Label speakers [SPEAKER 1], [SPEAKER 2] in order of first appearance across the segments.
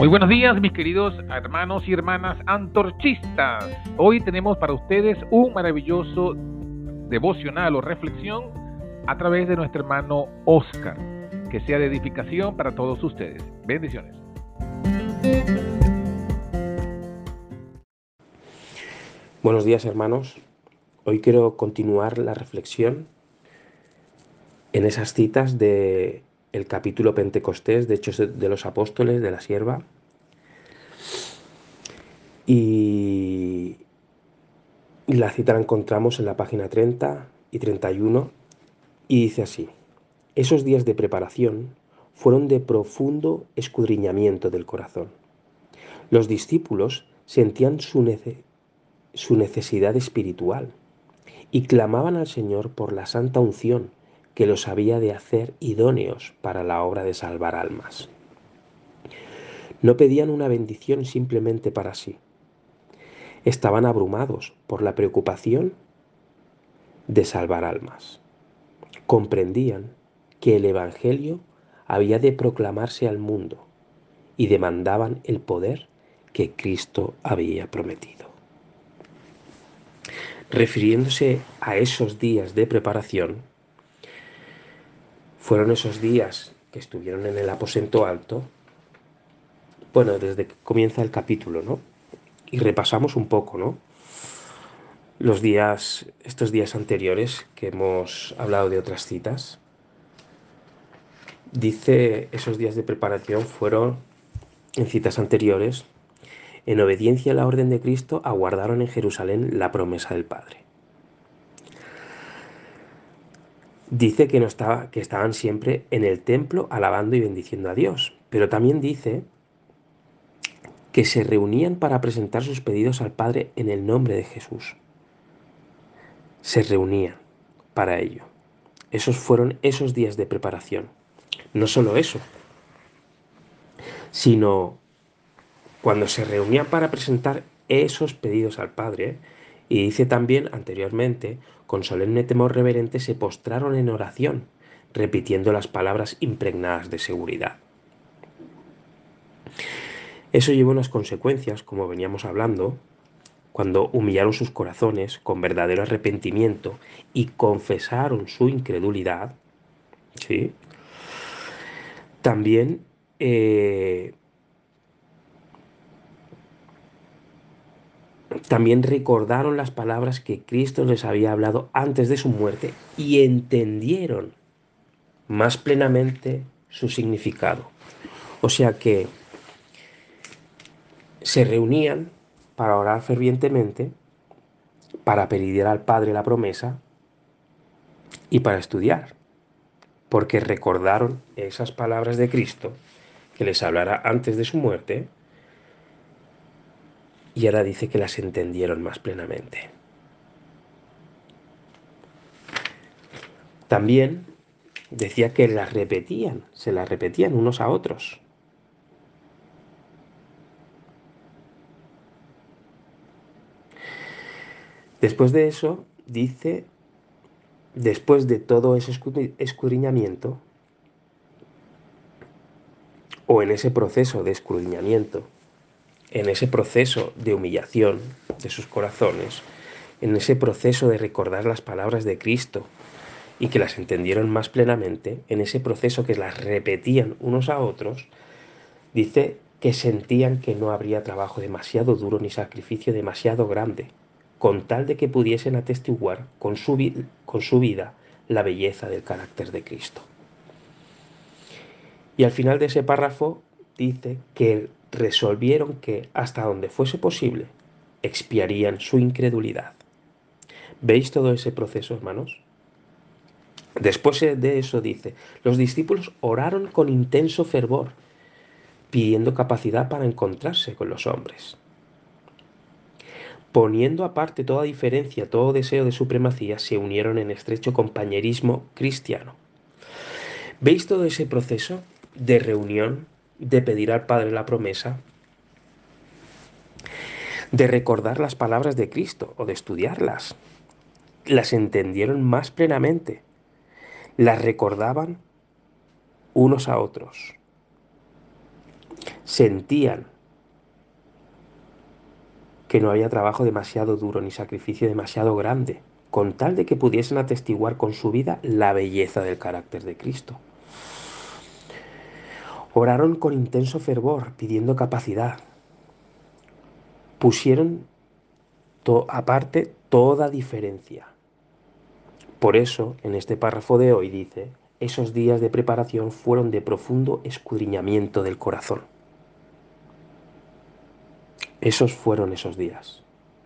[SPEAKER 1] Muy buenos días, mis queridos hermanos y hermanas antorchistas. Hoy tenemos para ustedes un maravilloso devocional o reflexión a través de nuestro hermano Oscar. Que sea de edificación para todos ustedes. Bendiciones.
[SPEAKER 2] Buenos días, hermanos. Hoy quiero continuar la reflexión en esas citas del capítulo Pentecostés de Hechos de los Apóstoles de la Sierva. Y la cita la encontramos en la página 30 y 31 y dice así: esos días de preparación fueron de profundo escudriñamiento del corazón. Los discípulos sentían su necesidad espiritual y clamaban al Señor por la santa unción que los había de hacer idóneos para la obra de salvar almas. No pedían una bendición simplemente para sí. Estaban abrumados por la preocupación de salvar almas. Comprendían que el Evangelio había de proclamarse al mundo y demandaban el poder que Cristo había prometido. Refiriéndose a esos días de preparación, fueron esos días que estuvieron en el aposento alto, bueno, desde que comienza el capítulo, ¿no? Y repasamos un poco, ¿no? Estos días anteriores que hemos hablado de otras citas. Dice, esos días de preparación fueron, en citas anteriores, en obediencia a la orden de Cristo, aguardaron en Jerusalén la promesa del Padre. Dice que estaban siempre en el templo alabando y bendiciendo a Dios, pero también dice que se reunían para presentar sus pedidos al Padre en el nombre de Jesús. Se reunían para ello. Esos fueron esos días de preparación. No solo eso, sino cuando se reunían para presentar esos pedidos al Padre, y dice también anteriormente, con solemne temor reverente se postraron en oración, repitiendo las palabras impregnadas de seguridad. Eso llevó unas consecuencias, como veníamos hablando, cuando humillaron sus corazones con verdadero arrepentimiento y confesaron su incredulidad, ¿sí? También recordaron las palabras que Cristo les había hablado antes de su muerte y entendieron más plenamente su significado. O sea que se reunían para orar fervientemente, para pedir al Padre la promesa y para estudiar, porque recordaron esas palabras de Cristo que les hablara antes de su muerte, y ahora dice que las entendieron más plenamente. También decía que se las repetían unos a otros. Después de eso, dice, después de todo ese escudriñamiento, o en ese proceso de escudriñamiento, en ese proceso de humillación de sus corazones, en ese proceso de recordar las palabras de Cristo y que las entendieron más plenamente, en ese proceso que las repetían unos a otros, dice que sentían que no habría trabajo demasiado duro ni sacrificio demasiado grande, con tal de que pudiesen atestiguar con su vida la belleza del carácter de Cristo. Y al final de ese párrafo dice que resolvieron que, hasta donde fuese posible, expiarían su incredulidad. ¿Veis todo ese proceso, hermanos? Después de eso dice, los discípulos oraron con intenso fervor, pidiendo capacidad para encontrarse con los hombres. Poniendo aparte toda diferencia, todo deseo de supremacía, se unieron en estrecho compañerismo cristiano. ¿Veis todo ese proceso de reunión, de pedir al Padre la promesa, de recordar las palabras de Cristo o de estudiarlas? Las entendieron más plenamente, las recordaban unos a otros. sentían que no había trabajo demasiado duro ni sacrificio demasiado grande, con tal de que pudiesen atestiguar con su vida la belleza del carácter de Cristo. Oraron con intenso fervor, pidiendo capacidad. Pusieron aparte toda diferencia. Por eso, en este párrafo de hoy dice, esos días de preparación fueron de profundo escudriñamiento del corazón. Esos fueron esos días.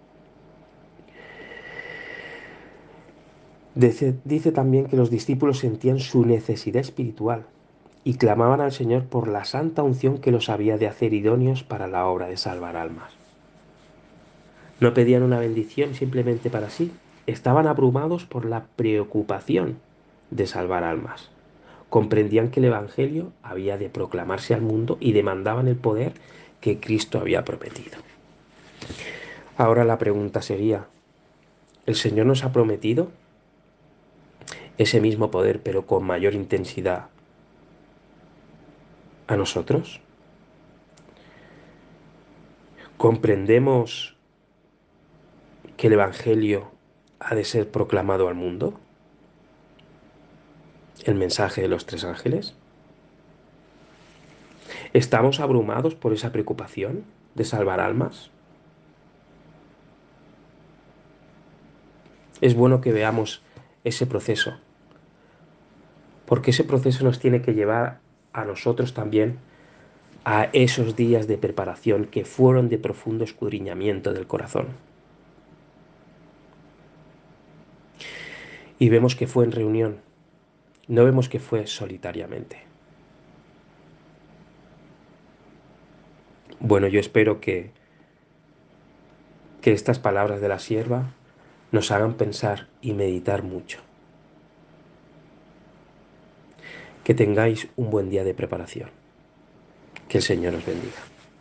[SPEAKER 2] Dice también que los discípulos sentían su necesidad espiritual y clamaban al Señor por la santa unción que los había de hacer idóneos para la obra de salvar almas. No pedían una bendición simplemente para sí, estaban abrumados por la preocupación de salvar almas. Comprendían que el Evangelio había de proclamarse al mundo y demandaban el poder que Cristo había prometido. Ahora la pregunta sería, ¿el Señor nos ha prometido ese mismo poder, pero con mayor intensidad a nosotros? ¿Comprendemos que el Evangelio ha de ser proclamado al mundo? ¿El mensaje de los 3 ángeles? ¿Estamos abrumados por esa preocupación de salvar almas? Es bueno que veamos ese proceso, porque ese proceso nos tiene que llevar a nosotros también a esos días de preparación que fueron de profundo escudriñamiento del corazón. Y vemos que fue en reunión, no vemos que fue solitariamente. Bueno, yo espero que estas palabras de la sierva nos hagan pensar y meditar mucho. Que tengáis un buen día de preparación. Que el Señor os bendiga.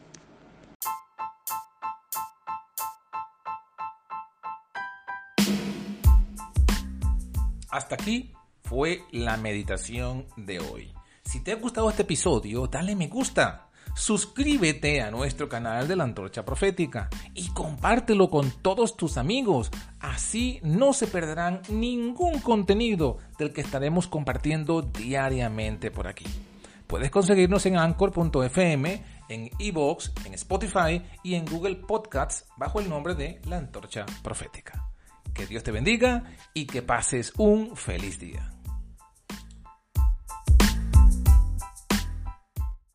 [SPEAKER 1] Hasta aquí fue la meditación de hoy. Si te ha gustado este episodio, dale me gusta. Suscríbete a nuestro canal de la Antorcha Profética y compártelo con todos tus amigos. Así no se perderán ningún contenido del que estaremos compartiendo diariamente por aquí. Puedes conseguirnos en Anchor.fm, en iVoox, en Spotify y en Google Podcasts bajo el nombre de La Antorcha Profética. Que Dios te bendiga y que pases un feliz día.